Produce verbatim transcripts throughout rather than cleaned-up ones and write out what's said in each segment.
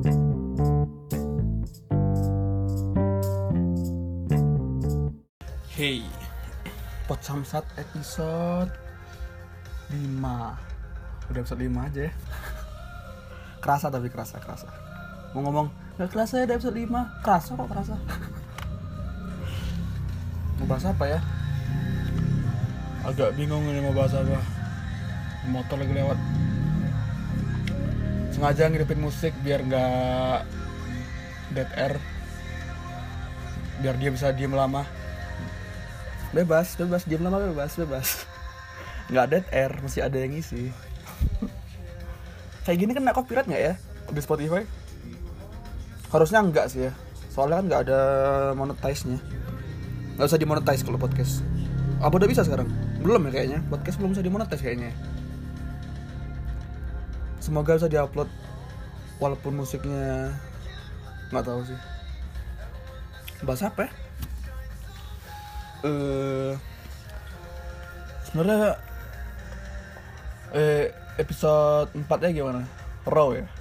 Hey, Pot Samsat episode lima. Udah episode lima aja ya. Kerasa tapi kerasa, kerasa. Mau ngomong, gak kerasa ya ada episode lima. Kerasa kok, kerasa. Mau bahas apa ya? Agak bingung ini mau bahas apa. Motor lagi lewat. Sengaja ngiripin musik biar gak dead air. Biar dia bisa diem lama. Bebas, bebas, diam lama bebas, bebas. Nggak dead air, masih ada yang ngisi. Kayak gini kan nggak copyright nggak ya di Spotify? Harusnya enggak sih ya. Soalnya kan nggak ada monetize-nya. Nggak usah dimonetize kalau podcast. Apa udah bisa sekarang? Belum ya kayaknya. Podcast belum bisa dimonetize kayaknya. Semoga bisa diupload walaupun musiknya nggak tahu sih. Bahas apa ya? Uh, sebenarnya eh, episode empat nya gimana? Raw ya?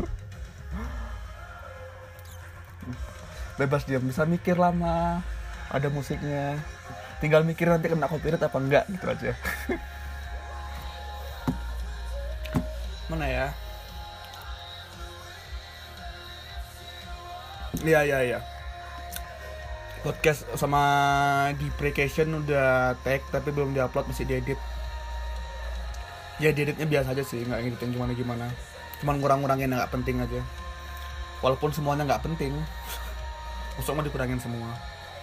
Bebas diam, bisa mikir lama, ada musiknya. Tinggal mikir nanti kena copyright apa enggak gitu aja. Mana ya? Iya iya iya. Podcast sama Deprecation udah tag tapi belum diupload, masih diedit. Ya dieditnya biasa aja sih, nggak ngeditin gimana-gimana. Cuman ngurang-ngurangin yang nggak penting aja. Walaupun semuanya nggak penting, usah mau dikurangin semua.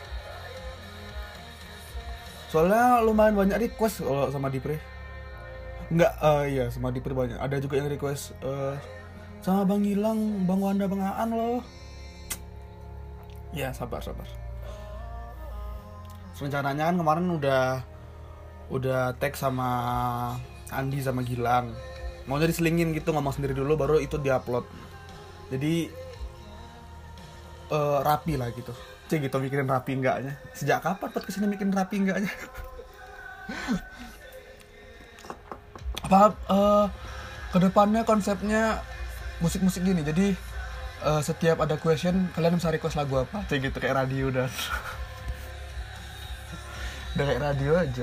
Soalnya lumayan banyak request kalau sama Depre. Nggak, uh, iya sama Depre banyak. Ada juga yang request uh, sama Bang Gilang, Bang Wanda, Bang Aan loh. Ya sabar sabar. Rencananya kan kemarin udah udah tag sama Andi sama Gilang, maunya diselingin gitu, ngomong sendiri dulu baru itu diupload. Jadi uh, rapi lah gitu. Cek gitu mikirin rapi enggaknya. Sejak kapan podcast ini mikirin rapi enggaknya? Apa uh, kedepannya konsepnya musik-musik gini. Jadi uh, setiap ada question kalian bisa request lagu apa? Cek gitu kayak radio dan udah kayak radio aja.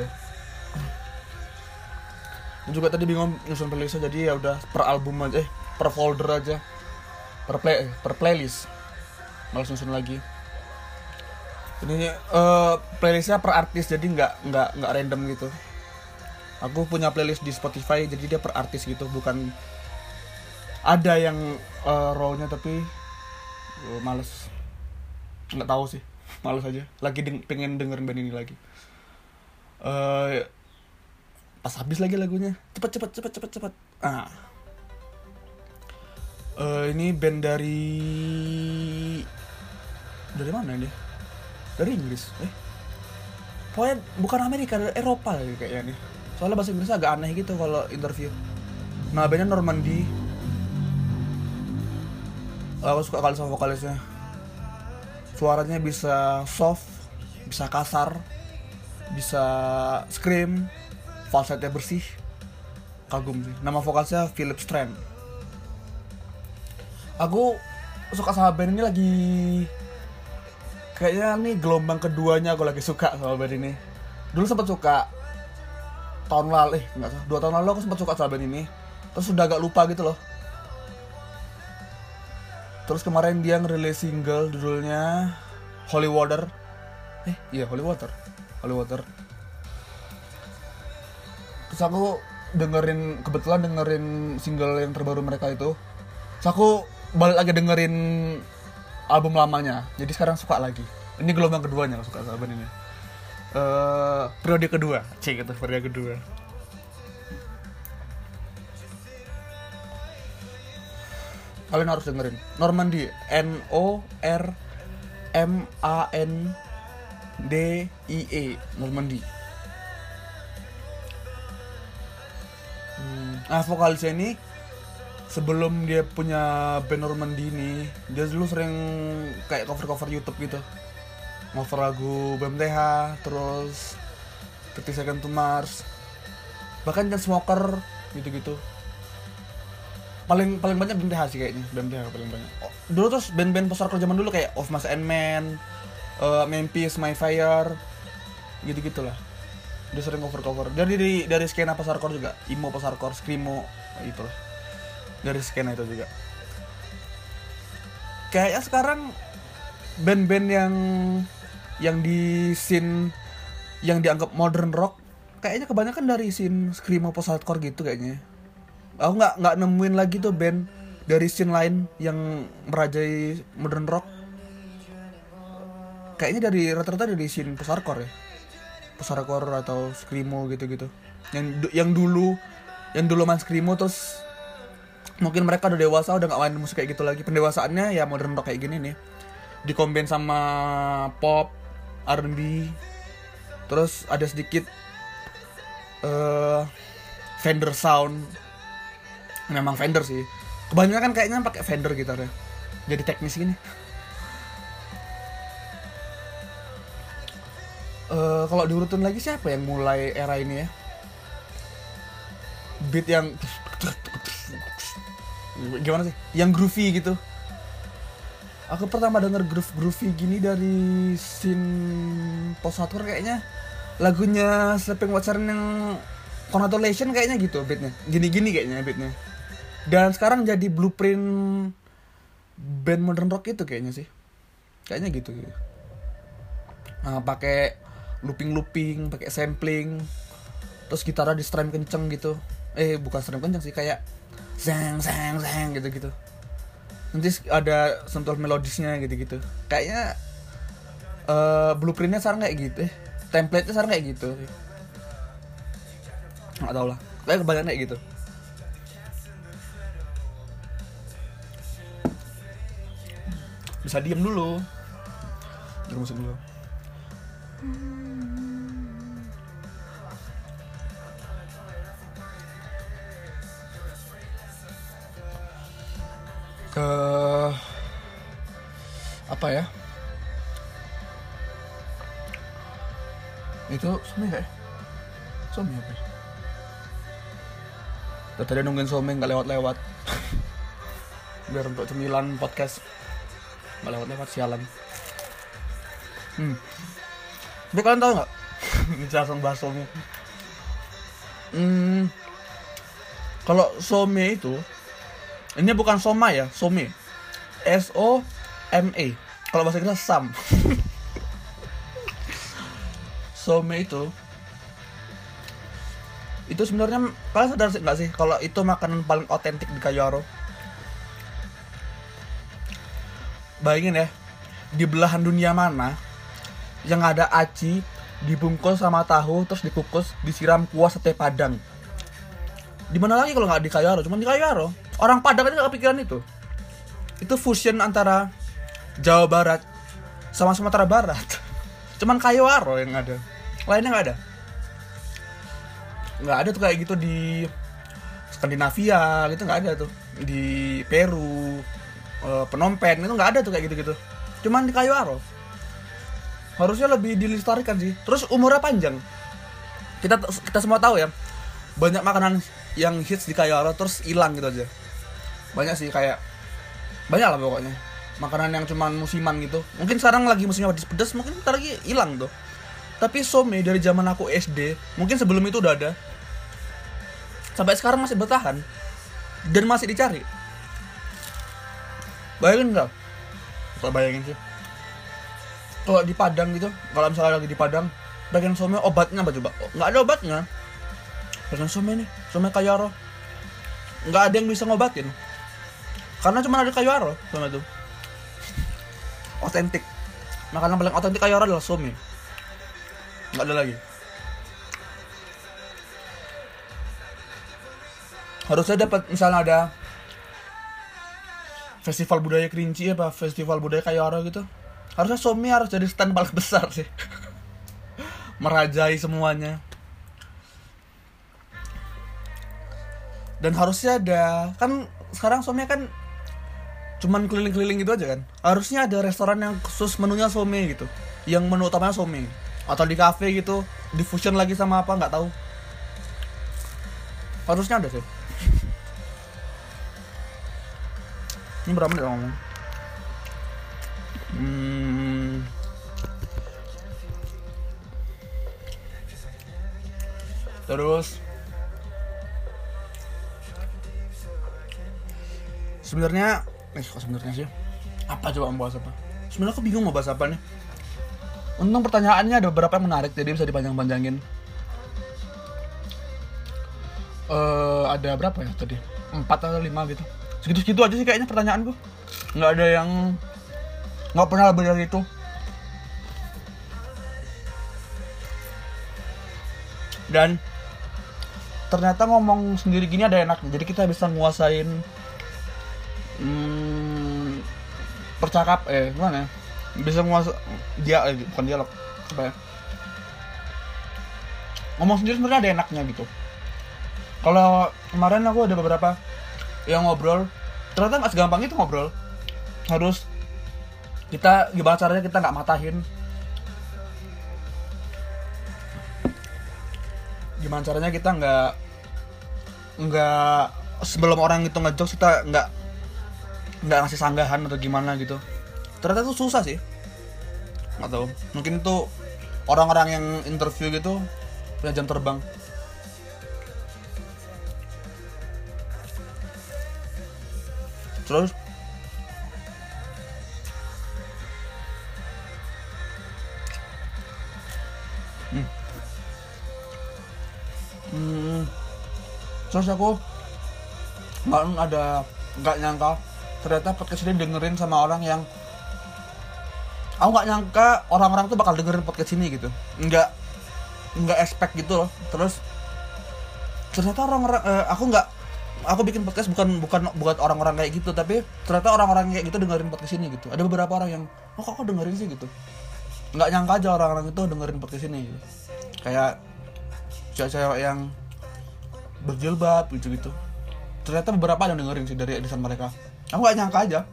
Juga tadi bingung nyusun playlistnya, jadi ya udah per album aja, eh per folder aja, per play, per playlist. Malas nyusun lagi. Ini uh, playlistnya per artis, jadi nggak nggak nggak random gitu. Aku punya playlist di Spotify, jadi dia per artis gitu, bukan ada yang uh, raw-nya tapi uh, males, nggak tahu sih, males aja. Lagi deng- pengen dengerin band ini lagi. Uh, pas habis lagi lagunya, cepet cepet cepet cepet cepet. Ah, uh, ini band dari dari mana ini? Dari Inggris, eh? Pokoknya bukan Amerika, dari Eropa lagi kayaknya nih. Soalnya bahasa Inggrisnya agak aneh gitu kalau interview. Nah, bandnya Normandy. Aku suka kali sama vokalisnya. Suaranya bisa soft, bisa kasar, bisa scream, falsetnya bersih, kagum sih. Nama vokalisnya Philip Strand. Aku suka sama band ini lagi, kayaknya nih gelombang keduanya aku lagi suka sama band ini. Dulu sempat suka tahun lalu, eh nggak dua tahun lalu aku sempat suka sama band ini. Terus udah agak lupa gitu loh. Terus kemarin dia ngerilis single judulnya Holy Water. Eh iya Holy Water. Holy Water. Terus aku dengerin, kebetulan dengerin single yang terbaru mereka itu. Terus aku balik lagi dengerin album lamanya. Jadi sekarang suka lagi. Ini gelombang keduanya aku suka sama band ini. Uh, periode kedua, cek gitu, periode kedua. Kalian harus dengerin Normandy, N O R M A N D I E, Normandy. Hmm. Nah, vokalisnya ini sebelum dia punya band Normandy ini, dia dulu sering kayak cover-cover YouTube gitu. Cover lagu B M T H, terus thirty Seconds to Mars, bahkan Chainsmokers gitu-gitu. paling paling banyak B M T H sih kayaknya, B M T H paling banyak. Oh, dulu terus band-band post-hardcore zaman dulu kayak Of Mice and Men, uh, Memphis, My Fire, gitu-gitulah. Dia sering cover-cover. Dari dari dari skena post-hardcore juga, emo post-hardcore, screamo, itulah. Dari skena itu juga. Kayaknya sekarang band-band yang yang di scene yang dianggap modern rock kayaknya kebanyakan dari scene screamo post-hardcore gitu kayaknya. Aku nggak nggak nemuin lagi tuh band dari scene lain yang merajai modern rock. Kayaknya dari rata-rata dari scene post-hardcore ya, post-hardcore atau screamo gitu-gitu. Yang yang dulu yang dulu main screamo terus mungkin mereka udah dewasa udah nggak main musik kayak gitu lagi. Pendewasaannya ya modern rock kayak gini nih, dikombin sama pop, R and B, terus ada sedikit uh, Fender sound. Memang Fender sih. Kebanyakan kayaknya pakai Fender gitarnya. Jadi teknis gini. Uh, kalau diurutin lagi siapa yang mulai era ini ya? Beat yang gimana sih? Yang groovy gitu. Aku pertama denger groove groovy gini dari scene post-hardcore kayaknya lagunya Sleeping Watcher yang Congratulations kayaknya gitu beatnya. Gini-gini kayaknya beatnya. Dan sekarang jadi blueprint band modern rock itu kayaknya sih. Kayaknya gitu. Nah, pakai looping-looping, pakai sampling. Terus gitarnya di strum kenceng gitu. Eh, bukan strum kenceng sih, kayak zang zang zang gitu-gitu. Nanti ada sentuhan melodisnya gitu-gitu. Kayaknya uh, blueprintnya sekarang kayak gitu. Eh, template-nya sekarang kayak gitu. Nggak tau lah. Kayak kebanyakan kayak gitu. Bisa diem dulu. Denger musik dulu. Ke apa ya? Itu Some gak ya? Some apa ya? Tadi nungguin Some gak lewat-lewat. Biar untuk cemilan podcast gak lewat-lewat, sialan. Hmm. Tapi kalian tau gak? Ini langsung bahas Some. Hmm. Kalau Some itu, ini bukan Soma ya, Some. S O M E. Kalau bahasa Inggris Sam. Some itu itu sebenarnya kalian sadar sih nggak sih kalau itu makanan paling otentik di Kayuaro? Bayangin ya, di belahan dunia mana yang ada aci dibungkus sama tahu terus dikukus disiram kuah sate Padang? Di mana lagi kalau nggak di Kayuaro? Cuma di Kayuaro. Orang Padang aja nggak kepikiran itu. Itu fusion antara Jawa Barat sama Sumatera Barat. Cuman Kayuaro yang ada. Lainnya nggak ada. Nggak ada tuh kayak gitu di Skandinavia gitu, nggak ada tuh. Di Peru, Phnom Penh itu nggak ada tuh kayak gitu-gitu. Cuman di Kayuaro. Harusnya lebih dilestarikan sih. Terus umurnya panjang. Kita kita semua tahu ya. Banyak makanan yang hits di Kayuaro terus hilang gitu aja. Banyak sih kayak banyak lah pokoknya. Makanan yang cuman musiman gitu. Mungkin sekarang lagi musimnya pedas-pedas, mungkin ntar lagi hilang tuh. Tapi Some dari zaman aku S D, mungkin sebelum itu udah ada. Sampai sekarang masih bertahan dan masih dicari. Bayangin enggak? Kalau bayangin sih. Kalau di Padang gitu, kalau misalnya lagi di Padang, bagian Some obatnya apa coba? Oh, enggak ada obatnya. Bagian Some nih, Some Kayuaro. Enggak ada yang bisa ngobatin. Karena cuma ada Kayuaro Some itu. Otentik. Makanan paling otentik Kayuaro adalah Some. Nggak ada lagi. Harusnya dapat misalnya ada festival budaya Kerinci apa festival budaya Kayuaro gitu. Harusnya Some harus jadi stand paling besar sih. Merajai semuanya. Dan harusnya ada, kan sekarang Some kan cuman keliling-keliling gitu aja kan. Harusnya ada restoran yang khusus menunya Some gitu. Yang menu utamanya Some. Atau di cafe gitu, difusion lagi sama apa nggak tahu. Harusnya ada sih. Ini berapa menit ngomong? Hmm. Terus sebenarnya, eh kok sebenarnya sih? Apa coba mau bahas apa? Sebenarnya aku bingung mau bahas apa nih. Untung pertanyaannya ada beberapa yang menarik, jadi bisa dipanjang-panjangin. Uh, ada berapa ya tadi? Empat atau lima gitu. Segitu-segitu aja sih kayaknya pertanyaanku. Nggak ada yang nggak pernah lebih dari itu. Dan ternyata ngomong sendiri gini ada enaknya. Jadi kita bisa nguasain hmm, percakap eh gimana ya? Bisa nguasa dia eh, bukan dialog apa ya? Ngomong sendiri sebenarnya ada enaknya gitu. Kalau kemarin aku ada beberapa yang ngobrol, ternyata nggak segampang itu ngobrol. Harus kita gimana caranya kita nggak matahin, gimana caranya kita nggak nggak sebelum orang itu ngejokes kita nggak nggak ngasih sanggahan atau gimana gitu. Ternyata itu susah sih. Nggak tahu. Mungkin itu orang-orang yang interview gitu punya jam terbang. Terus hmm. Hmm. Terus aku nggak ada nggak nyangka ternyata podcast ini dengerin sama orang yang aku nggak nyangka orang-orang tuh bakal dengerin podcast ini gitu, nggak nggak expect gitu loh. Terus ternyata orang-orang eh, aku nggak aku bikin podcast bukan bukan buat orang-orang kayak gitu, tapi ternyata orang-orang kayak gitu dengerin podcast ini gitu. Ada beberapa orang yang oh kok kok dengerin sih gitu, nggak nyangka aja orang-orang itu dengerin podcast ini gitu. Kayak cewek-cewek yang berjilbab gitu-gitu, ternyata beberapa yang dengerin sih dari edisan mereka. Aku nggak nyangka aja.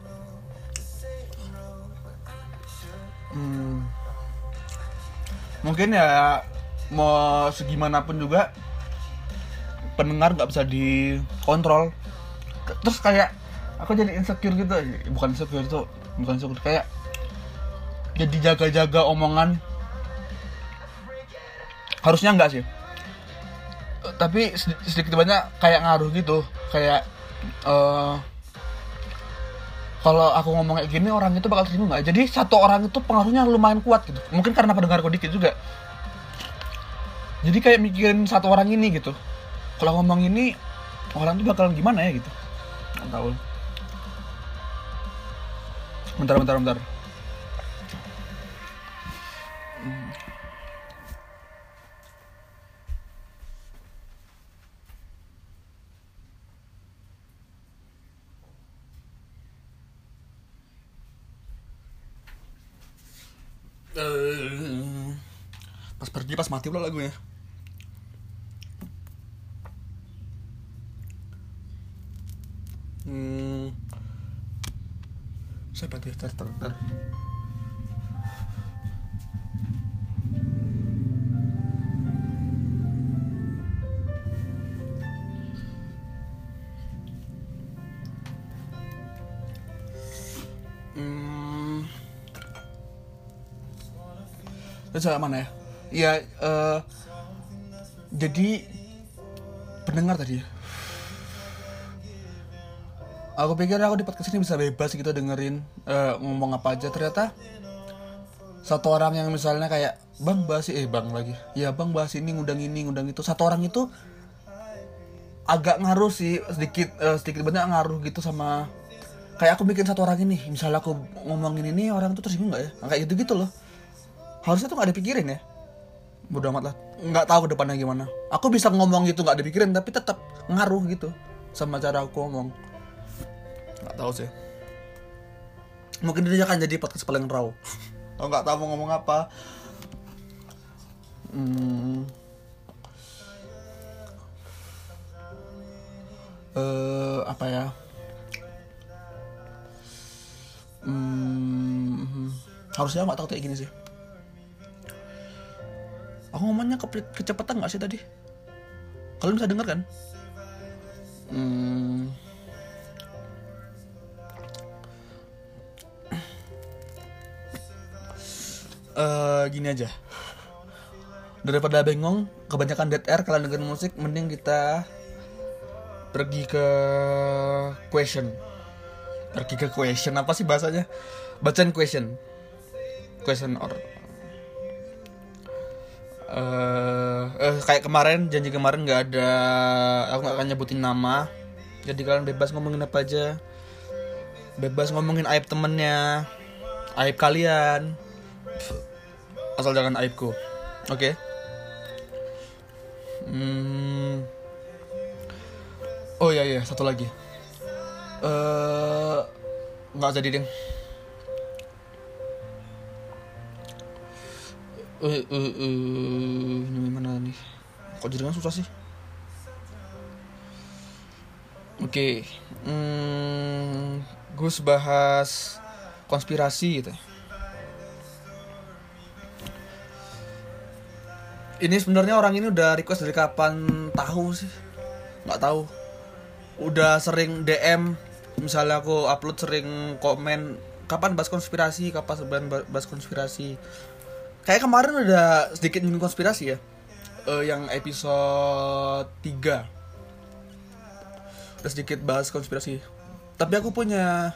hmm, Mungkin ya mau segimanapun juga pendengar nggak bisa dikontrol. Terus kayak aku jadi insecure gitu, bukan insecure itu bukan insecure kayak jadi jaga-jaga omongan. Harusnya enggak sih, tapi sedikit banyak kayak ngaruh gitu. Kayak uh, kalau aku ngomong kayak gini orang itu bakal terima nggak? Jadi satu orang itu pengaruhnya lumayan kuat gitu. Mungkin karena pendengarku dikit juga. Jadi kayak mikirin satu orang ini gitu. Kalau ngomong ini orang tuh bakalan gimana ya gitu. Nggak tahu. Bentar, bentar, bentar. Hmm. Uh, pas pergi pas mati pula lagunya. Hmm. Siapa tuh? Tar, tar, tar. Hmm. Terus mana ya? Iya, uh, jadi pendengar tadi ya. Aku pikir aku di podcast ini bisa bebas gitu dengerin uh, ngomong apa aja. Ternyata satu orang yang misalnya kayak bang bahas eh bang lagi, ya bang bahas ini ngundang ini ngundang itu. Satu orang itu agak ngaruh sih sedikit uh, sedikit banyak ngaruh gitu sama kayak aku bikin satu orang ini. Misalnya aku ngomongin ini orang tuh tersinggung nggak ya? Nah, kayak gitu gitu loh. Harusnya tuh nggak dipikirin ya. Bodoh amat lah. Nggak tahu ke depannya gimana. Aku bisa ngomong gitu nggak dipikirin tapi tetap ngaruh gitu sama cara aku ngomong. Nggak tahu sih. Mungkin dia akan jadi podcast paling raw. Aku nggak tahu mau ngomong apa. Hmm. Uh, apa ya? Hmm. Harusnya nggak tahu kayak gini sih. Aku ngomongnya ke- kecepatan nggak sih tadi? Kalian bisa dengar kan? Hmm. uh, gini aja. Daripada bengong, kebanyakan dead air kalian dengerin musik, mending kita pergi ke question. Pergi ke question, apa sih bahasanya? Bacain question. Question or uh, uh, kayak kemarin, janji kemarin nggak ada, aku nggak akan nyebutin nama. Jadi kalian bebas ngomongin apa aja. Bebas ngomongin aib temennya, aib kalian, asal jangan aibku. Oke. Okay? Hmm. Oh iya iya, satu lagi. Eh, nggak jadi ding. Eh, eh, eh, ini mana nih? Kok jadi kan susah sih? Oke. Okay. Hmm, gue bahas konspirasi gitu. Ini sebenarnya orang ini udah request dari kapan tahu sih? Nggak tahu. Udah sering D M, misalnya aku upload sering komen, kapan bahas konspirasi, kapan sebenarnya bahas konspirasi. Kayak kemarin udah sedikit nyinggung konspirasi ya. Uh, yang episode tiga. Udah sedikit bahas konspirasi. Tapi aku punya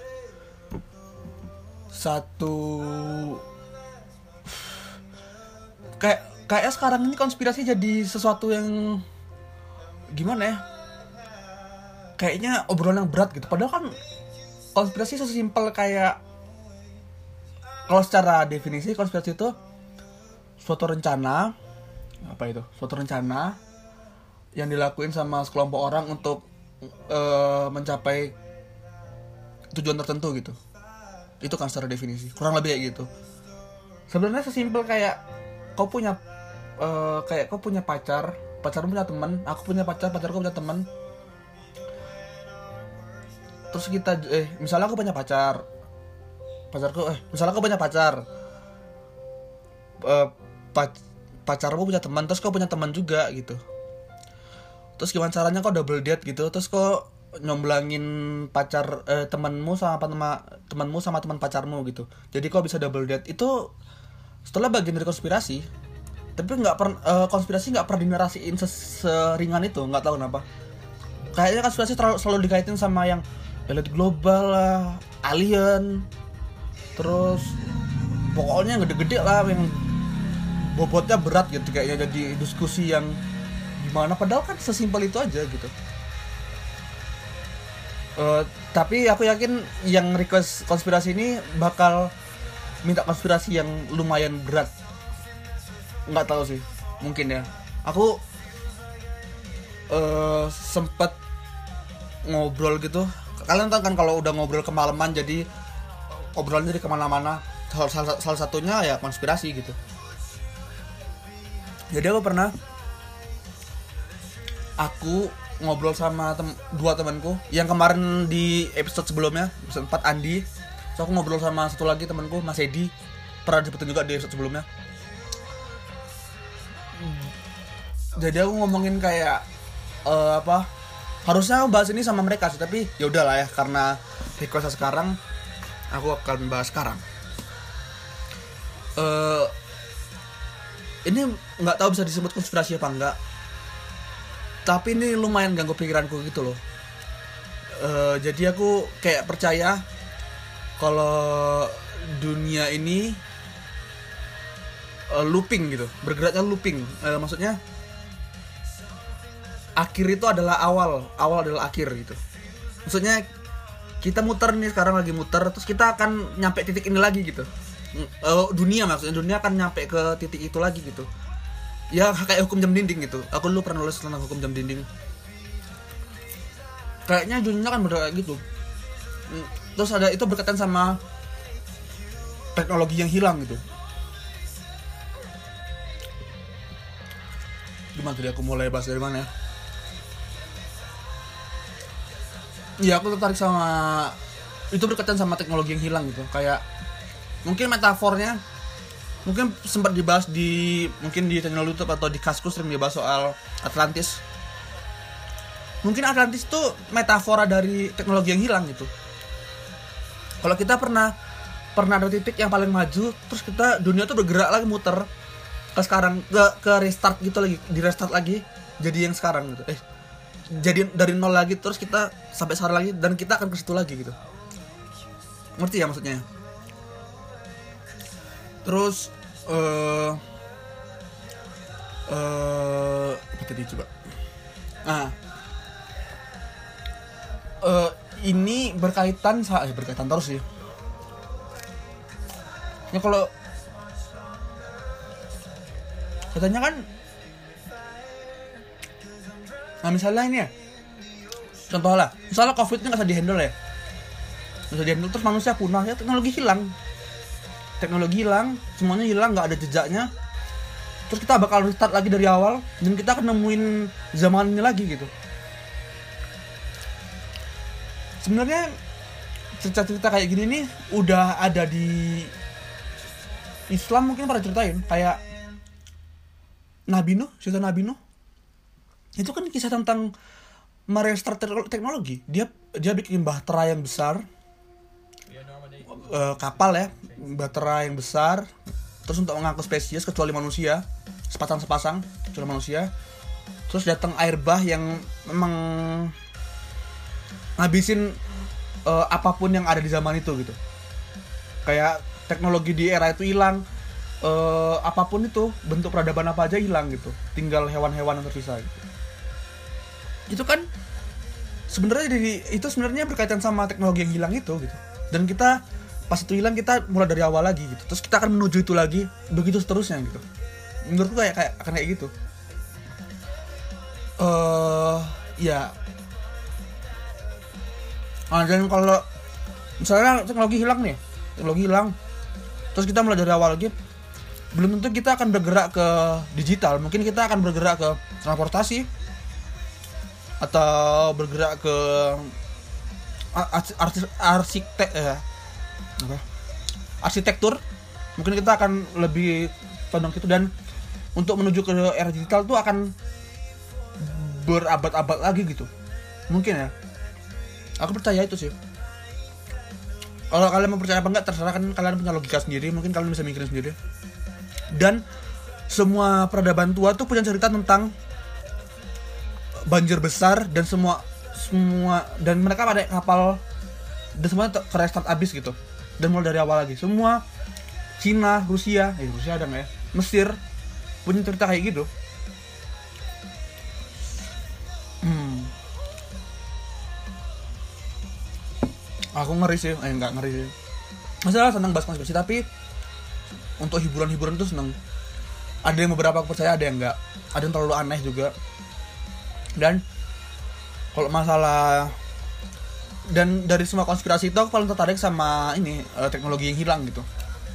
satu kayak kayak sekarang ini konspirasi jadi sesuatu yang gimana ya? Kayaknya obrolan yang berat gitu. Padahal kan konspirasi sesimpel kayak, kalau secara definisi konspirasi itu suatu rencana, apa itu? Suatu rencana yang dilakuin sama sekelompok orang untuk uh, mencapai tujuan tertentu gitu. Itu kan secara definisi. Kurang lebih kayak gitu. Sebenarnya sesimpel kayak kau punya Uh, kayak kau punya pacar, pacarmu punya teman, aku punya pacar, pacarku punya teman. Terus kita, eh, misalnya aku punya pacar, pacarku, eh, misalnya aku punya pacar, uh, pac- pacarmu punya teman, terus kau punya teman juga gitu. Terus gimana caranya kau double date gitu? Terus kau nyomblangin pacar, eh, temanmu sama teman temanmu sama teman pacarmu gitu. Jadi kau bisa double date. Itu setelah bagian dari konspirasi. Tapi nggak pernah uh, konspirasi nggak pernah dinarasiin seringan itu, nggak tahu kenapa. Kayaknya konspirasi terlalu, selalu dikaitin sama yang elit global lah, alien, terus pokoknya yang gede-gede lah, yang bobotnya berat gitu, kayaknya jadi diskusi yang gimana. Padahal kan sesimpel itu aja gitu. Uh, tapi aku yakin yang request konspirasi ini bakal minta konspirasi yang lumayan berat. Nggak tahu sih, mungkin ya. Aku uh, sempet ngobrol gitu. Kalian tahu kan kalau udah ngobrol kemalaman, jadi obrolannya jadi kemana-mana. Salah, salah, salah satunya ya konspirasi gitu. Jadi aku pernah aku ngobrol sama tem- dua temanku yang kemarin di episode sebelumnya, episode empat, Andi. So aku ngobrol sama satu lagi temanku, Mas Edi. Pernah disebutin juga di episode sebelumnya. Jadi aku ngomongin kayak uh, apa? Harusnya aku bahas ini sama mereka sih, tapi ya udahlah ya, karena requestnya sekarang, aku akan bahas sekarang. Uh, ini nggak tahu bisa disebut konspirasi apa enggak, tapi ini lumayan ganggu pikiranku gitu loh. Uh, jadi aku kayak percaya kalau dunia ini uh, looping gitu, bergeraknya looping. Uh, maksudnya akhir itu adalah awal, awal adalah akhir gitu. Maksudnya kita muter nih, sekarang lagi muter, terus kita akan nyampe titik ini lagi gitu. Uh, dunia maksudnya, dunia akan nyampe ke titik itu lagi gitu. Ya kayak hukum jam dinding gitu. Aku dulu pernah nulis tentang hukum jam dinding. Kayaknya dunia kan bergerak gitu. Terus ada itu berkaitan sama teknologi yang hilang gitu. Gimana tadi aku mulai bahas dari mana ya? Iya, aku tertarik sama itu, berkaitan sama teknologi yang hilang gitu. Kayak mungkin metafornya mungkin sempat dibahas di mungkin di channel YouTube atau di Kaskus, sering dibahas soal Atlantis. Mungkin Atlantis itu metafora dari teknologi yang hilang gitu. Kalau kita pernah pernah ada titik yang paling maju, terus kita dunia tuh bergerak lagi muter ke sekarang, ke ke restart gitu lagi, di restart lagi jadi yang sekarang gitu. Eh jadi dari nol lagi, terus kita sampai sekarang lagi, dan kita akan ke situ lagi gitu. Ngerti ya maksudnya? Terus eh uh, uh, apa tadi coba? Ah. Uh, ini berkaitan eh, berkaitan terus sih. Ya kalau katanya kan, nah misalnya ini ya, contoh lah, misalnya COVID ini nggak bisa dihandle ya, nggak bisa dihandle, terus manusia punah, ya teknologi hilang, teknologi hilang, semuanya hilang, nggak ada jejaknya, terus kita bakal restart lagi dari awal, dan kita akan nemuin zamannya lagi gitu. Sebenarnya cerita-cerita kayak gini nih udah ada di Islam, mungkin pernah ceritain, kayak Nabi Nuh, cerita Nabi Nuh. Itu kan kisah tentang merestart teknologi. Dia dia bikin bahtera yang besar, uh, kapal ya, bahtera yang besar, terus untuk mengangkut spesies kecuali manusia, sepasang-sepasang kecuali manusia. Terus datang air bah yang memang ngabisin uh, apapun yang ada di zaman itu gitu. Kayak teknologi di era itu hilang. Uh, apapun itu, bentuk peradaban apa aja hilang gitu, tinggal hewan-hewan yang tersisa gitu. Itu kan sebenarnya dari itu sebenarnya berkaitan sama teknologi yang hilang itu gitu. Dan kita pas itu hilang, kita mulai dari awal lagi gitu. Terus kita akan menuju itu lagi, begitu seterusnya gitu. Menurutku kayak kayak akan kayak gitu. Eh uh, ya. Nah, dan kalau misalnya teknologi hilang nih, teknologi hilang, terus kita mulai dari awal lagi, belum tentu kita akan bergerak ke digital. Mungkin kita akan bergerak ke transportasi, atau bergerak ke arsitek ya, apa? arsitektur. Mungkin kita akan lebih condong gitu, dan untuk menuju ke era digital tuh akan berabad-abad lagi gitu. Mungkin ya. Aku percaya itu sih. Kalau kalian mau percaya apa enggak terserah, kan kalian punya logika sendiri, mungkin kalian bisa mikirin sendiri. Dan semua peradaban tua tuh punya cerita tentang banjir besar, dan semua semua dan mereka pada kapal, dan semuanya ke restart abis gitu, dan mulai dari awal lagi. Semua Cina, Rusia, eh Rusia ada nggak ya? Mesir punya cerita kayak gitu. Hmm. Aku ngeri sih, eh nggak ngeri sih. Masalah senang bahas konspirasi, tapi untuk hiburan-hiburan tuh seneng. Ada yang beberapa aku percaya, ada yang enggak. Ada yang terlalu aneh juga. Dan kalau masalah, dan dari semua konspirasi itu aku paling tertarik sama ini, teknologi yang hilang gitu.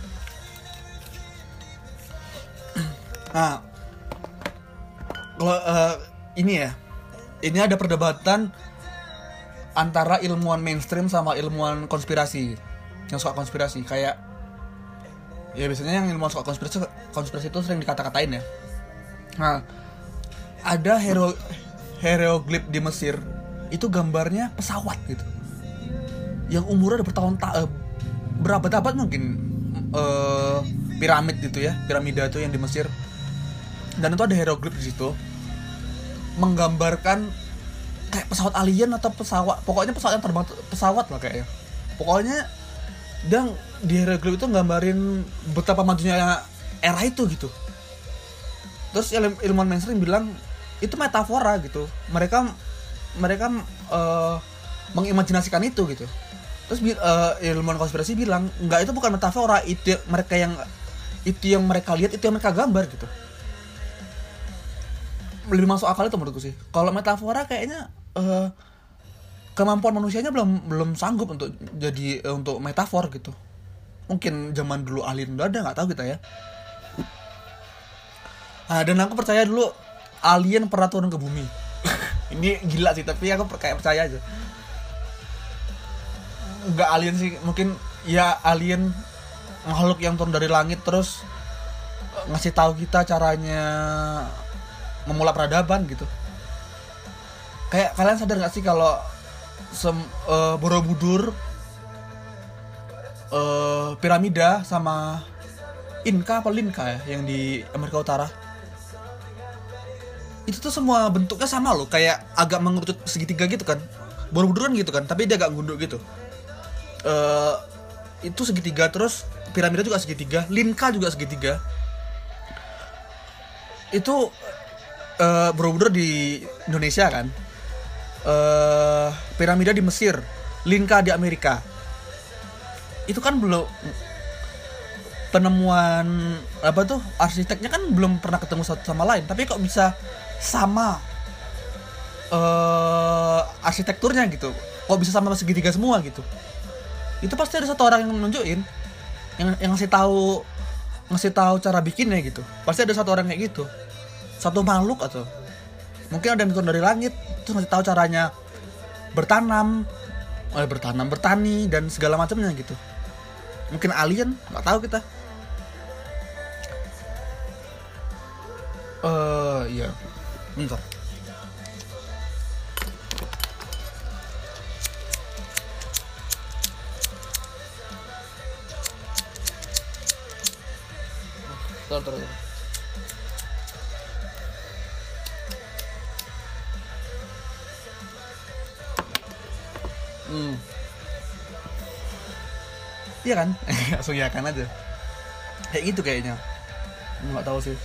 Nah, kalau uh, ini ya, ini ada perdebatan antara ilmuwan mainstream sama ilmuwan konspirasi, yang suka konspirasi. Kayak ya biasanya yang ilmuwan suka konspirasi konspirasi itu sering dikata-katain ya. Nah, ada hero hieroglif di Mesir itu gambarnya pesawat gitu, yang umurnya udah bertahun-tahun, berabad-abad mungkin, uh, piramid gitu ya, piramida itu yang di Mesir. Dan itu ada hieroglif di situ menggambarkan kayak pesawat alien atau pesawat, pokoknya pesawat yang terbang, pesawat lah kayaknya. Pokoknya dan di hieroglif itu nggambarin betapa majunya era itu gitu. Terus il- ilmuwan mainstream bilang itu metafora gitu. Mereka mereka uh, mengimajinasikan itu gitu. Terus uh, ilmuwan konspirasi bilang enggak, itu bukan metafora, itu mereka yang itu yang mereka lihat, itu yang mereka gambar gitu. Lebih masuk akal itu menurutku sih. Kalau metafora kayaknya uh, kemampuan manusianya belum belum sanggup untuk jadi uh, untuk metafor gitu. Mungkin zaman dulu alien udah ada, nggak tahu kita ya. Nah, dan aku percaya dulu alien pernah turun ke bumi. Ini gila sih, tapi aku kayak percaya aja. Nggak alien sih, mungkin ya alien makhluk yang turun dari langit terus ngasih tahu kita caranya memulai peradaban gitu. Kayak kalian sadar nggak sih kalau sem, uh, Borobudur uh, piramida sama Inka apa Linka ya yang di Amerika Utara. Itu tuh semua bentuknya sama loh, kayak agak mengerucut segitiga gitu kan. Borobudur kan gitu kan, tapi dia agak gunduk gitu. Uh, itu segitiga, terus piramida juga segitiga, Linka juga segitiga. Itu uh, Borobudur di Indonesia kan. Uh, piramida di Mesir, Linka di Amerika. Itu kan belum penemuan apa tuh, arsiteknya kan belum pernah ketemu satu sama lain, tapi kok bisa sama uh, arsitekturnya gitu, kok bisa sama segitiga semua gitu. Itu pasti ada satu orang yang nunjukin, yang yang ngasih tahu ngasih tahu cara bikinnya gitu. Pasti ada satu orang kayak gitu, satu makhluk, atau mungkin ada yang turun dari langit terus ngasih tahu caranya bertanam, eh, bertanam, bertani dan segala macamnya gitu. Mungkin alien, nggak tahu kita. Eh uh, iya, bentar. Bentar, bentar, bentar. Hmm. Iya kan? Langsung iya kan aja. Kayak gitu kayaknya. Nggak tahu sih.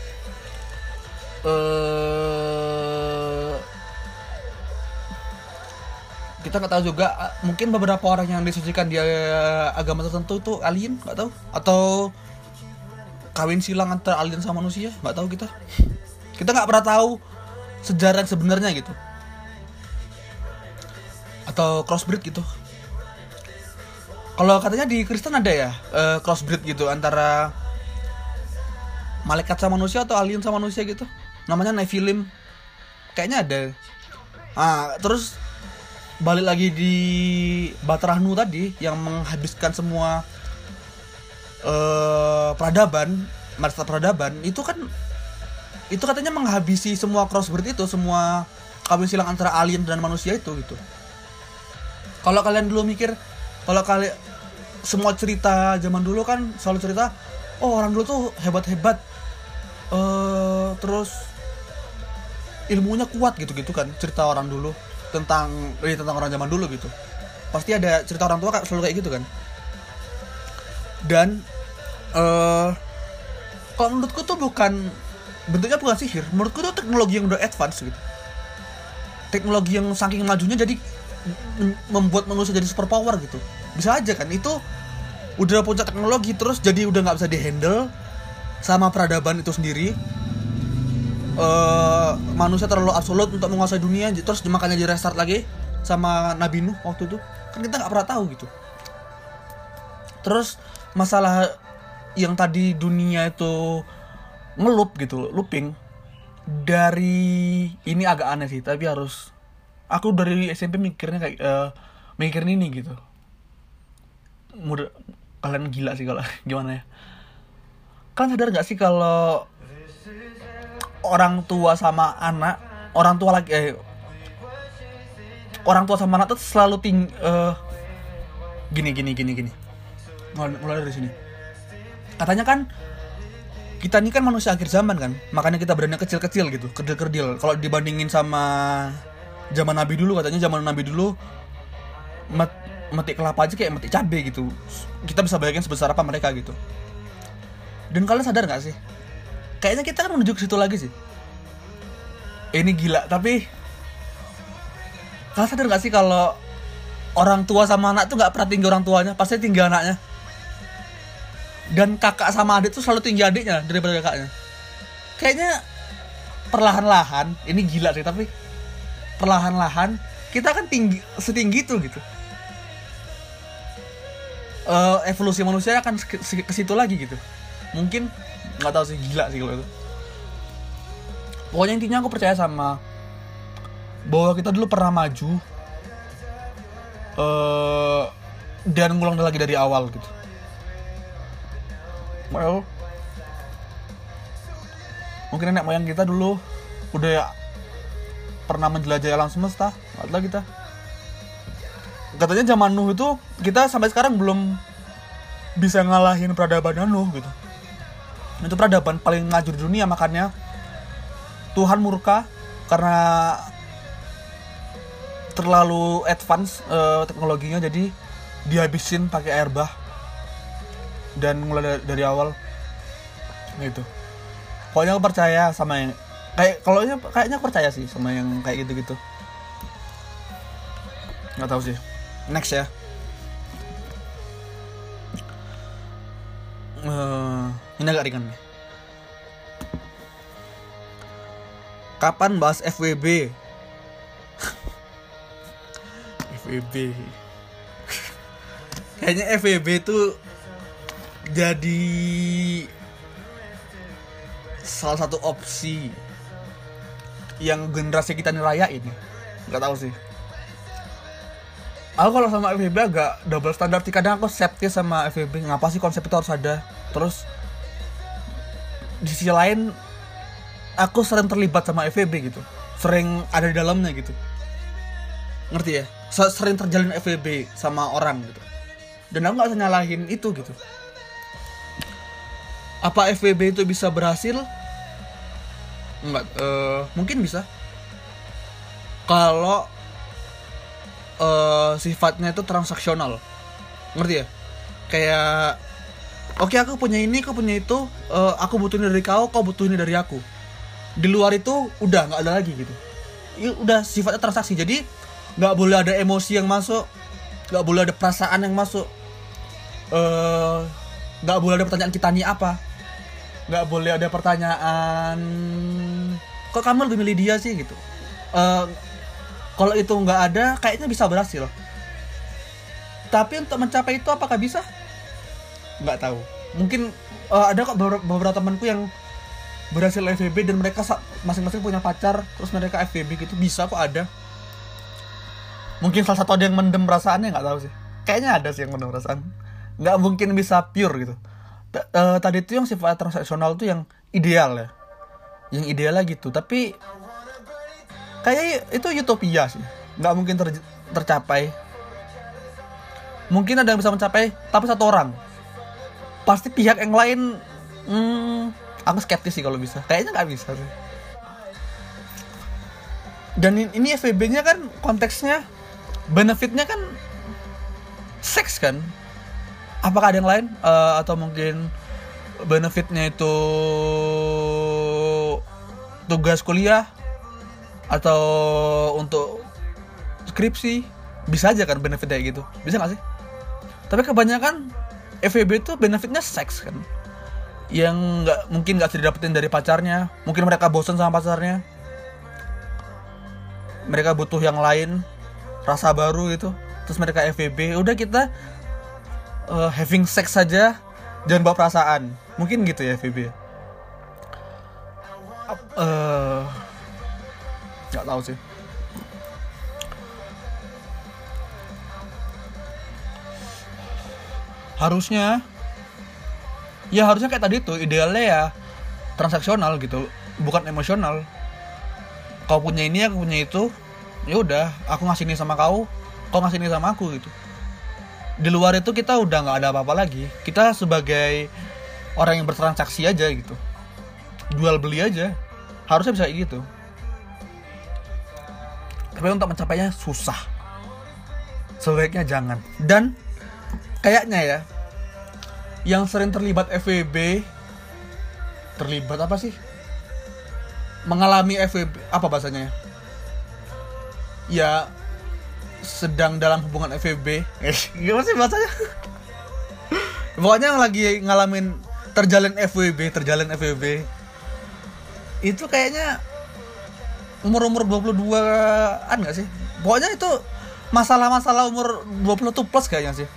Uh, kita nggak tahu juga. Mungkin beberapa orang yang disucikan di agama tertentu itu alien, nggak tahu. Atau kawin silang antara alien sama manusia, nggak tahu kita. Kita nggak pernah tahu sejarah yang sebenarnya gitu. Atau crossbreed gitu. Kalau katanya di Kristen ada ya uh, crossbreed gitu antara malaikat sama manusia atau alien sama manusia gitu. Namanya Nephilim. Kayaknya ada. Ah, terus balik lagi di Batrahnu tadi yang menghabiskan semua uh, peradaban, masa peradaban itu kan, itu katanya menghabisi semua crossbreed itu, semua kawin silang antara alien dan manusia itu gitu. Kalau kalian dulu mikir, kalau kalian semua cerita zaman dulu kan selalu cerita, oh orang dulu tuh hebat-hebat, uh, terus ilmunya kuat gitu-gitu kan, cerita orang dulu tentang eh, tentang orang zaman dulu gitu. Pasti ada cerita orang tua kan selalu kayak gitu kan. Dan uh, kalau menurutku tuh bukan, bentuknya bukan sihir, menurutku tuh teknologi yang udah advance gitu. Teknologi yang saking majunya jadi membuat manusia jadi super power gitu. Bisa aja kan, itu udah puncak teknologi terus jadi udah nggak bisa dihandle sama peradaban itu sendiri. Uh, manusia terlalu absolut untuk menguasai dunia, terus makanya di restart lagi sama Nabi Nuh waktu itu. Kan kita nggak pernah tahu gitu. Terus masalah yang tadi dunia itu ngelup gitu, looping, dari ini agak aneh sih, tapi harus, aku dari S M P mikirnya kayak uh, mikirin ini gitu. Mudah, kalian gila sih kalau gimana ya. Kalian sadar nggak sih kalau orang tua sama anak, orang tua lagi, eh, orang tua sama anak tuh selalu ting, uh, gini gini gini gini. Mulai, mulai dari sini. Katanya kan kita ini kan manusia akhir zaman kan, makanya kita badannya kecil-kecil gitu, kerdil-kerdil. Kalau dibandingin sama zaman Nabi dulu, katanya zaman Nabi dulu met, metik kelapa aja kayak metik cabai gitu. Kita bisa bayangin sebesar apa mereka gitu. Dan kalian sadar nggak sih? Kayaknya kita kan menuju ke situ lagi sih. Ini gila, tapi kalian sadar nggak sih kalau orang tua sama anak tuh nggak pernah tinggi orang tuanya, pasti tinggi anaknya. Dan kakak sama adik tuh selalu tinggi adiknya daripada kakaknya. Kayaknya perlahan-lahan, ini gila sih, tapi perlahan-lahan kita kan tinggi, setinggi itu gitu. Uh, evolusi manusia akan ke, ke situ lagi gitu. Mungkin nggak tahu sih, gila sih kalau itu. Pokoknya intinya aku percaya sama bahwa kita dulu pernah maju uh, dan ngulang lagi dari awal gitu. Well, mungkin nenek moyang kita dulu udah ya, pernah menjelajahi alam semesta, nggak tahu kita. Katanya zaman Nuh itu kita sampai sekarang belum bisa ngalahin peradaban Nuh gitu. Itu peradaban paling maju di dunia, makanya Tuhan murka karena terlalu advance uh, teknologinya, jadi dihabisin pakai air bah dan mulai dari, dari awal gitu. Pokoknya aku percaya sama yang kayak kalau kayaknya aku percaya sih sama yang kayak gitu-gitu. Nggak tahu sih. Next ya. Uh, ini agak ringan nih. Kapan bahas F W B? F W B. Kayaknya F W B itu jadi salah satu opsi yang generasi kita ngerayain. Nggak tahu sih. Aku kalau sama F W B agak double standard. Kadang aku skeptis sama F W B. Ngapa sih konsep itu harus ada? Terus di sisi lain aku sering terlibat sama F W B gitu. Sering ada di dalamnya gitu. Ngerti ya? Sering terjalin F W B sama orang gitu. Dan aku gak bisa nyalahin itu gitu. Apa F W B itu bisa berhasil? Enggak, uh, mungkin bisa. Kalau uh, sifatnya itu transaksional. Ngerti ya? Kayak oke okay, aku punya ini, aku punya itu, uh, aku butuh ini dari kau, kau butuh ini dari aku. Di luar itu udah nggak ada lagi gitu. Ya, udah sifatnya transaksi, jadi nggak boleh ada emosi yang masuk, nggak boleh ada perasaan yang masuk, nggak uh, boleh ada pertanyaan kita nih apa, nggak boleh ada pertanyaan kok kamu lebih milih dia sih gitu. Uh, kalau itu nggak ada, kayaknya bisa berhasil. Tapi untuk mencapai itu apakah bisa? Nggak tahu. Mungkin uh, ada kok beberapa, beberapa temanku yang berhasil F W B dan mereka masing-masing punya pacar, terus mereka F W B gitu, bisa kok ada. Mungkin salah satu ada yang mendem perasaannya, nggak tahu sih. Kayaknya ada sih yang mendem perasaan. Nggak mungkin bisa pure gitu. T- uh, tadi itu yang sifat transaksional itu yang ideal ya, yang idealnya gitu. Tapi kayak itu utopia sih, nggak mungkin ter- tercapai. Mungkin ada yang bisa mencapai, tapi satu orang. Pasti pihak yang lain, hmm, aku skeptis sih kalau bisa. Kayaknya nggak bisa sih. Dan ini F W B-nya kan konteksnya, benefitnya kan seks kan. Apakah ada yang lain? Uh, atau mungkin benefitnya itu tugas kuliah atau untuk skripsi? Bisa aja kan benefitnya gitu. Bisa nggak sih? Tapi kebanyakan F W B itu benefitnya seks kan, yang nggak mungkin nggak bisa didapetin dari pacarnya. Mungkin mereka bosan sama pacarnya, mereka butuh yang lain, rasa baru gitu. Terus mereka F W B, udah kita uh, having sex saja, jangan bawa perasaan. Mungkin gitu ya F W B. Uh, nggak tahu sih. Harusnya ya harusnya kayak tadi tuh, idealnya ya transaksional gitu, bukan emosional. Kau punya ini, aku punya itu, ya udah, aku ngasih ini sama kau, kau ngasih ini sama aku gitu. Di luar itu kita udah nggak ada apa-apa lagi. Kita sebagai orang yang bertransaksi aja gitu, jual beli aja. Harusnya bisa kayak gitu. Tapi untuk mencapainya susah. Sebaiknya jangan. Dan kayaknya ya, yang sering terlibat F W B, terlibat apa sih? Mengalami F W B, apa bahasanya? Ya, sedang dalam hubungan F W B. Eh, gimana sih bahasanya? Pokoknya yang lagi ngalamin terjalin F W B, terjalin F W B. Itu kayaknya umur-umur dua puluh dua-an gak sih? Pokoknya itu masalah-masalah umur dua puluh tuh plus kayaknya sih.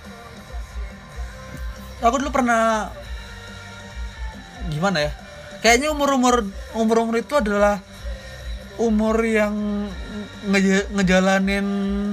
Aku dulu pernah gimana ya? Kayaknya umur-umur umur-umur itu adalah umur yang nge- ngejalanin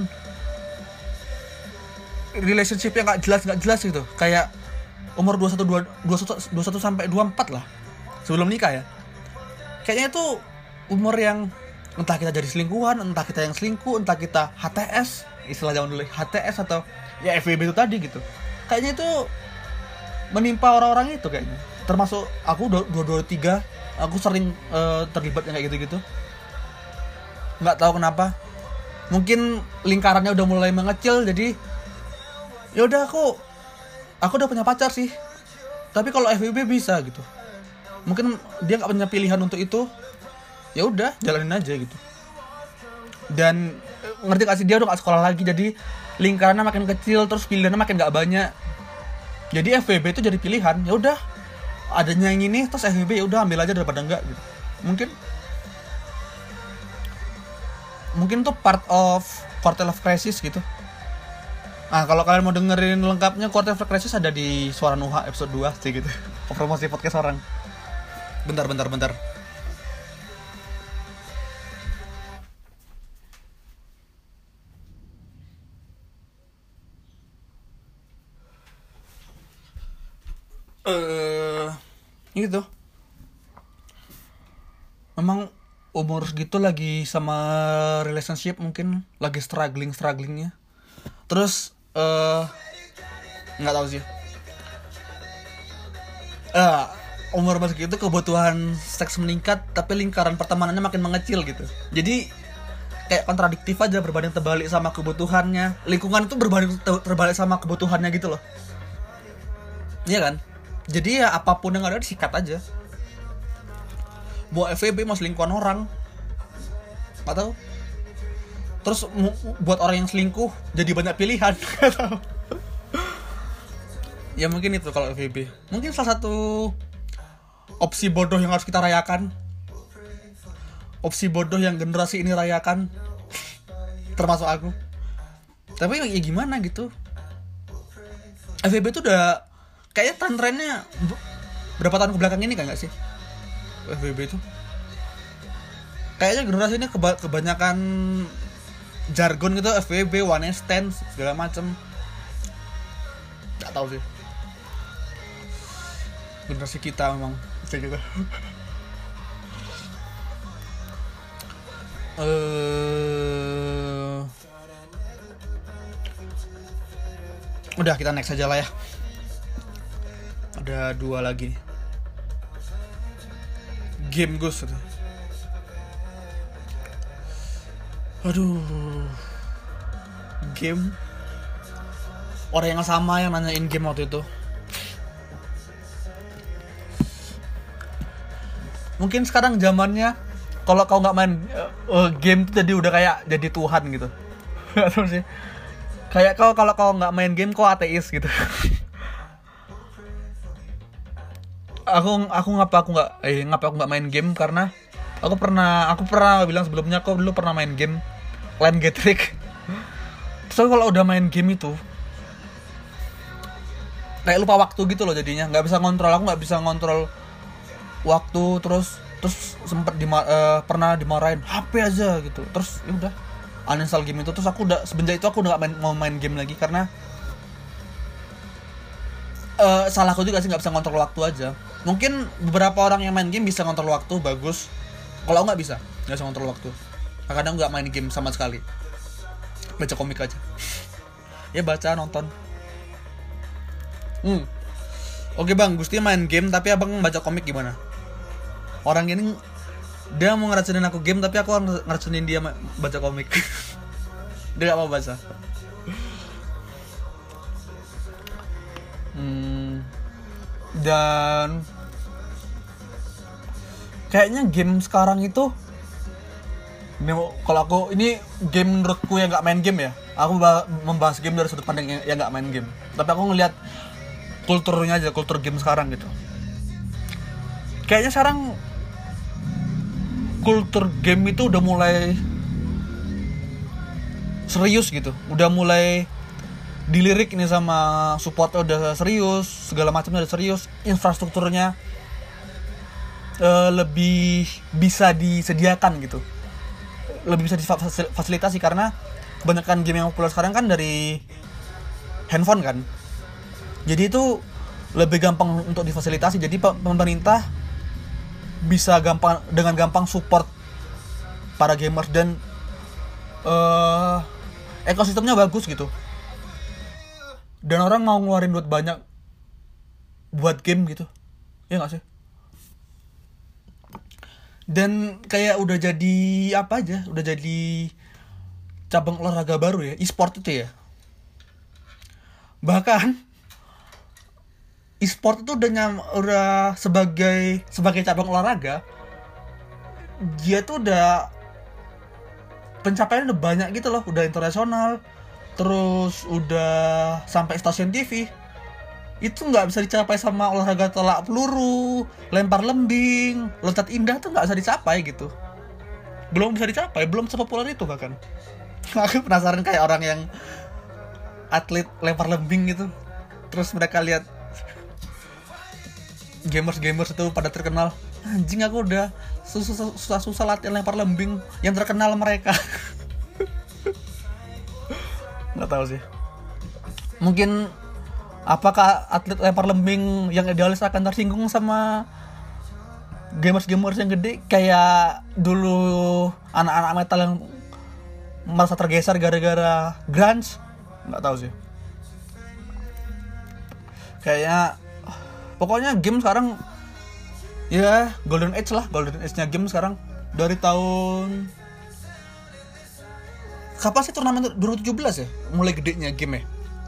relationship yang gak jelas gak jelas gitu. Kayak umur dua puluh satu, dua puluh satu sampai dua puluh empat lah. Sebelum nikah ya. Kayaknya itu umur yang entah kita jadi selingkuhan, entah kita yang selingkuh, entah kita H T S, istilah zaman dulu H T S atau ya F W B itu tadi gitu. Kayaknya itu menimpa orang-orang itu kayaknya. Termasuk aku dua dua tiga, aku sering uh, terlibat yang kayak gitu-gitu. Nggak tahu kenapa. Mungkin lingkarannya udah mulai mengecil, jadi ya udah aku aku udah punya pacar sih. Tapi kalau F W B bisa gitu. Mungkin dia nggak punya pilihan untuk itu. Ya udah, jalanin aja gitu. Dan ngerti gak sih, dia udah gak sekolah lagi, jadi lingkarannya makin kecil, terus pilihannya makin gak banyak. Jadi F W B itu jadi pilihan. Ya udah, adanya yang ini terus F W B, ya udah ambil aja daripada enggak gitu. Mungkin mungkin tuh part of Quarter Life Crisis gitu. Nah, kalau kalian mau dengerin lengkapnya Quarter Life Crisis ada di Suara Nuha episode dua sih gitu. Promosi podcast orang. Bentar bentar bentar. Eh, uh, gitu. Memang umur segitu lagi sama relationship mungkin lagi struggling strugglingnya. Terus eh uh, nggak tahu sih. Uh, umur segitu kebutuhan seks meningkat, tapi lingkaran pertemanannya makin mengecil gitu. Jadi kayak kontradiktif aja, berbanding terbalik sama kebutuhannya. Lingkungan itu berbanding terbalik sama kebutuhannya gitu loh. Iya kan? Jadi ya apapun yang ada disikat aja. Buat F W B mau selingkuhan orang, nggak tahu. Terus buat orang yang selingkuh jadi banyak pilihan, nggak tahu. Ya mungkin itu kalau F W B. Mungkin salah satu opsi bodoh yang harus kita rayakan. Opsi bodoh yang generasi ini rayakan. Termasuk aku. Tapi ya gimana gitu. F W B itu udah kayaknya tren-trennya berapa tahun kebelakang ini kan nggak sih? F W B itu kayaknya generasi ini keba- kebanyakan jargon gitu, F W B, one night stand, segala macem. Nggak tahu sih. Generasi kita memang kayak gitu. uh... Udah, kita next aja lah ya. Ada dua lagi. Game Ghost. Aduh. Game. Orang yang sama yang nanyain game waktu itu. Mungkin sekarang zamannya kalau kau nggak main uh, game tuh jadi udah kayak jadi Tuhan gitu. Nggak tahu sih. Kayak kau kalau kau nggak main game kau ateis gitu. aku aku ngapa aku nggak eh ngapa aku nggak main game, karena aku pernah aku pernah bilang sebelumnya aku dulu pernah main game Land Getrick. So kalau udah main game itu kayak lupa waktu gitu loh jadinya, nggak bisa ngontrol, aku nggak bisa ngontrol waktu. Terus terus sempet dima, uh, pernah dimarahin H P aja gitu, terus ya udah uninstall game itu. Terus aku udah semenjak itu aku udah nggak main, mau main game lagi karena uh, salahku juga sih nggak bisa ngontrol waktu aja. Mungkin beberapa orang yang main game bisa ngontrol waktu bagus, kalau aku nggak bisa, nggak bisa ngontrol waktu. Kadang nggak main game sama sekali, baca komik aja. Ya baca, nonton. Hmm. Oke bang, Gusti main game tapi abang baca komik gimana? Orang ini dia mau ngeracunin aku game tapi aku ngeracunin dia baca komik. Dia gak mau baca. Hmm. Dan kayaknya game sekarang itu, ini kalau aku ini game menurutku yang nggak main game ya. Aku membahas game dari sudut pandang yang nggak main game. Tapi aku ngelihat kulturnya aja, kultur game sekarang gitu. Kayaknya sekarang kultur game itu udah mulai serius gitu. Udah mulai dilirik ini sama supportnya udah serius, segala macamnya udah serius, infrastrukturnya uh, lebih bisa disediakan gitu, lebih bisa difasilitasi karena kebanyakan game yang populer sekarang kan dari handphone kan, jadi itu lebih gampang untuk difasilitasi. Jadi pemerintah bisa gampang dengan gampang support para gamers dan uh, ekosistemnya bagus gitu. Dan orang mau ngeluarin duit banyak buat game gitu, ya nggak sih? Dan kayak udah jadi apa aja, udah jadi cabang olahraga baru ya, e-sport itu ya. Bahkan e-sport itu udah nyam, udah sebagai sebagai cabang olahraga, dia tuh udah pencapaiannya udah banyak gitu loh, udah internasional, terus udah sampai stasiun T V. Itu nggak bisa dicapai sama olahraga tolak peluru, lempar lembing, loncat indah tuh nggak bisa dicapai gitu. Belum bisa dicapai, belum sepopuler itu bahkan. Aku penasaran kayak orang yang atlet lempar lembing gitu, terus mereka lihat gamers-gamers itu pada terkenal, anjing aku udah susah-susah latihan lempar lembing yang terkenal mereka. Nggak tahu sih. Mungkin apakah atlet lempar lembing yang idealis akan tersinggung sama gamers-gamers yang gede kayak dulu anak-anak metal yang merasa tergeser gara-gara grunge? Nggak tahu sih. Kayaknya pokoknya game sekarang ya golden age lah, golden age-nya game sekarang. Dari tahun kapan sih turnamen dua ribu tujuh belas ya mulai gedenya game ya.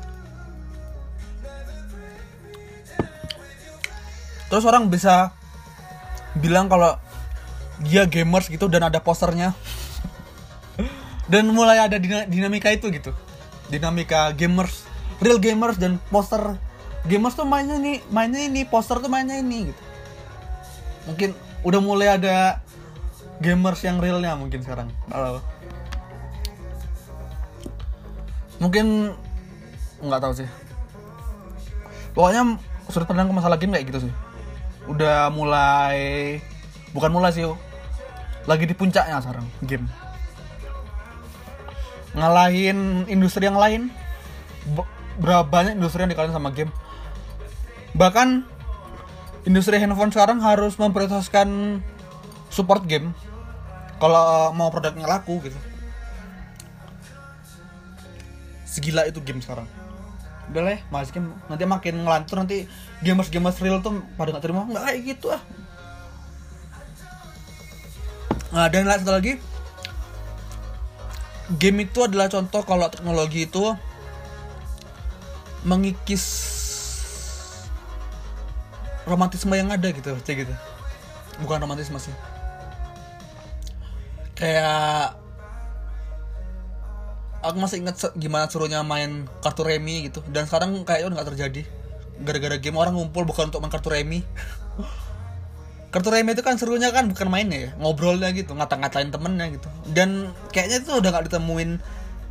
Terus orang bisa bilang kalau dia gamers gitu dan ada posternya. Dan mulai ada dinamika itu gitu, dinamika gamers, real gamers dan poster gamers tuh mainnya nih, mainnya ini, poster tuh mainnya ini gitu. Mungkin udah mulai ada gamers yang realnya mungkin sekarang. Halo. Mungkin nggak tahu sih. Pokoknya sudut pandang ke masalah game kayak gitu sih. Udah mulai, bukan mulai sih, lagi di puncaknya sekarang game. Ngalahin industri yang lain. Berapa banyak industri yang dikalahin sama game. Bahkan industri handphone sekarang harus memprioritaskan support game kalau mau produknya laku gitu. Segila itu game sekarang. Udah lah, mas game nanti makin ngelantur, nanti gamers-gamers real tuh pada nggak terima, nggak kayak gitu ah. Nah, dan satu lagi, game itu adalah contoh kalau teknologi itu mengikis romantisme yang ada gitu, cek gitu. Bukan romantisme sih. Kayak aku masih ingat gimana serunya main kartu remi gitu. Dan sekarang kayaknya udah gak terjadi. Gara-gara game orang ngumpul bukan untuk main kartu remi. Kartu remi itu kan serunya kan bukan mainnya ya, ngobrolnya gitu, ngata-ngatain temennya gitu. Dan kayaknya itu udah gak ditemuin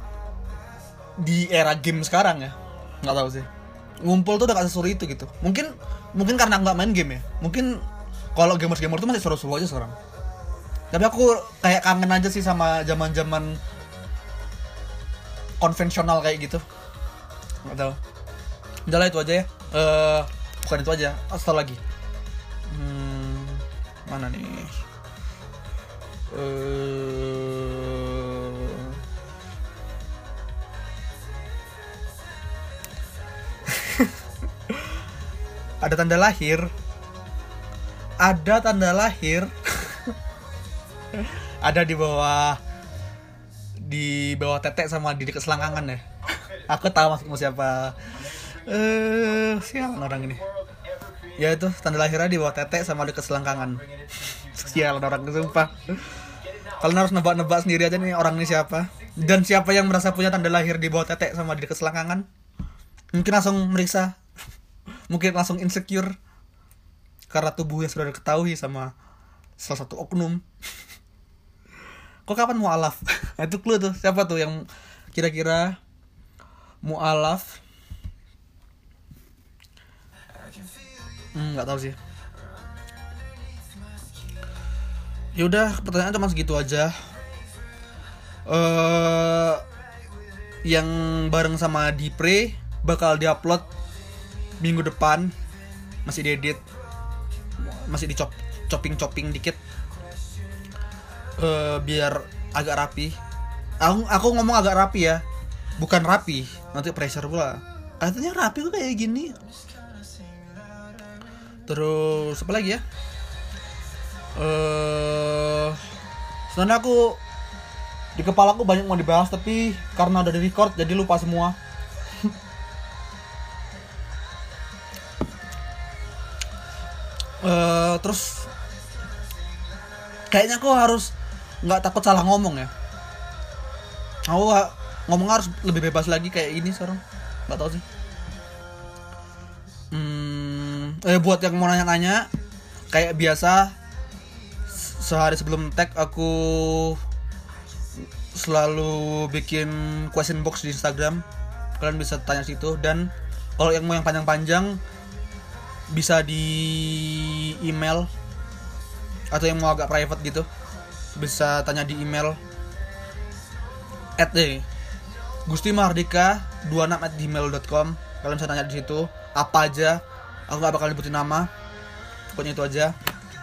di era game sekarang ya. Gak tahu sih. Ngumpul tuh udah gak seseru itu gitu. Mungkin mungkin karena nggak main game ya. Mungkin kalau gamers-gamer tuh masih seru-seru aja sekarang. Tapi aku kayak kangen aja sih sama zaman-zaman konvensional kayak gitu. Nggak tahu. Udah lah itu aja ya. Uh, bukan itu aja. Satu lagi. Hmm, mana nih? Uh, ada tanda lahir. Ada tanda lahir. Ada di bawah di bawah tetek sama di dekat selangkangan ya. Aku tahu maksudmu siapa. Eh, uh, siapa orang ini? Ya itu tanda lahirnya di bawah tetek sama dekat selangkangan. Sial orang itu sumpah. Kalian harus nebak-nebak sendiri aja nih orang ini siapa. Dan siapa yang merasa punya tanda lahir di bawah tetek sama di dekat selangkangan? Mungkin langsung meriksa. Mungkin langsung insecure karena tubuhnya sudah diketahui sama salah satu oknum. Kok kapan mu'alaf? Nah, itu clue tuh. Siapa tuh yang kira-kira mu'alaf? Hmm, nggak tahu sih. Yaudah, pertanyaan cuma segitu aja. Uh, yang bareng sama Dipre bakal diupload minggu depan. Masih diedit, masih dicop chopping-chopping dikit. Uh, biar agak rapi. Aku aku ngomong agak rapi ya, bukan rapi nanti pressure pula. Katanya rapi tuh kayak gini. Terus apa lagi ya? Eh, sebenarnya aku di kepala aku banyak mau dibahas, tapi karena udah di record jadi lupa semua. Uh, terus kayaknya aku harus nggak takut salah ngomong ya. Aku ngomong harus lebih bebas lagi kayak ini sekarang. Nggak tahu sih. Hmm, eh buat yang mau nanya-nanya, kayak biasa sehari sebelum tag aku selalu bikin question box di Instagram. Kalian bisa tanya situ, dan kalau yang mau yang panjang-panjang bisa di email, atau yang mau agak private gitu bisa tanya di email at eh, gustimahardika dua puluh enam at gmail dot com. Kalian bisa tanya di situ apa aja, aku gak bakal nyebutin nama, pokoknya itu aja.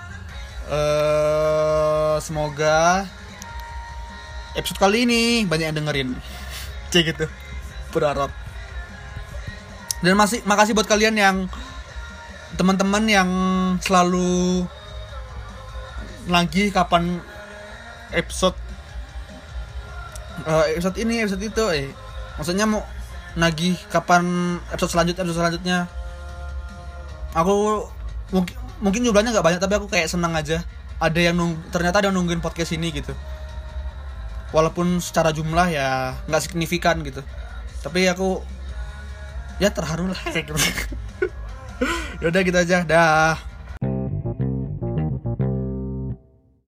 Uh, semoga episode kali ini banyak yang dengerin, cek gitu, berharap. Dan masih makasih buat kalian yang teman-teman yang selalu lagi kapan episode uh, episode ini episode itu eh maksudnya mau nagih kapan episode selanjutnya episode selanjutnya. Aku mungkin mungkin jumlahnya nggak banyak, tapi aku kayak senang aja ada yang nung, ternyata ada yang nungguin podcast ini gitu, walaupun secara jumlah ya nggak signifikan gitu, tapi aku ya terharu lah. Yaudah gitu aja, dah.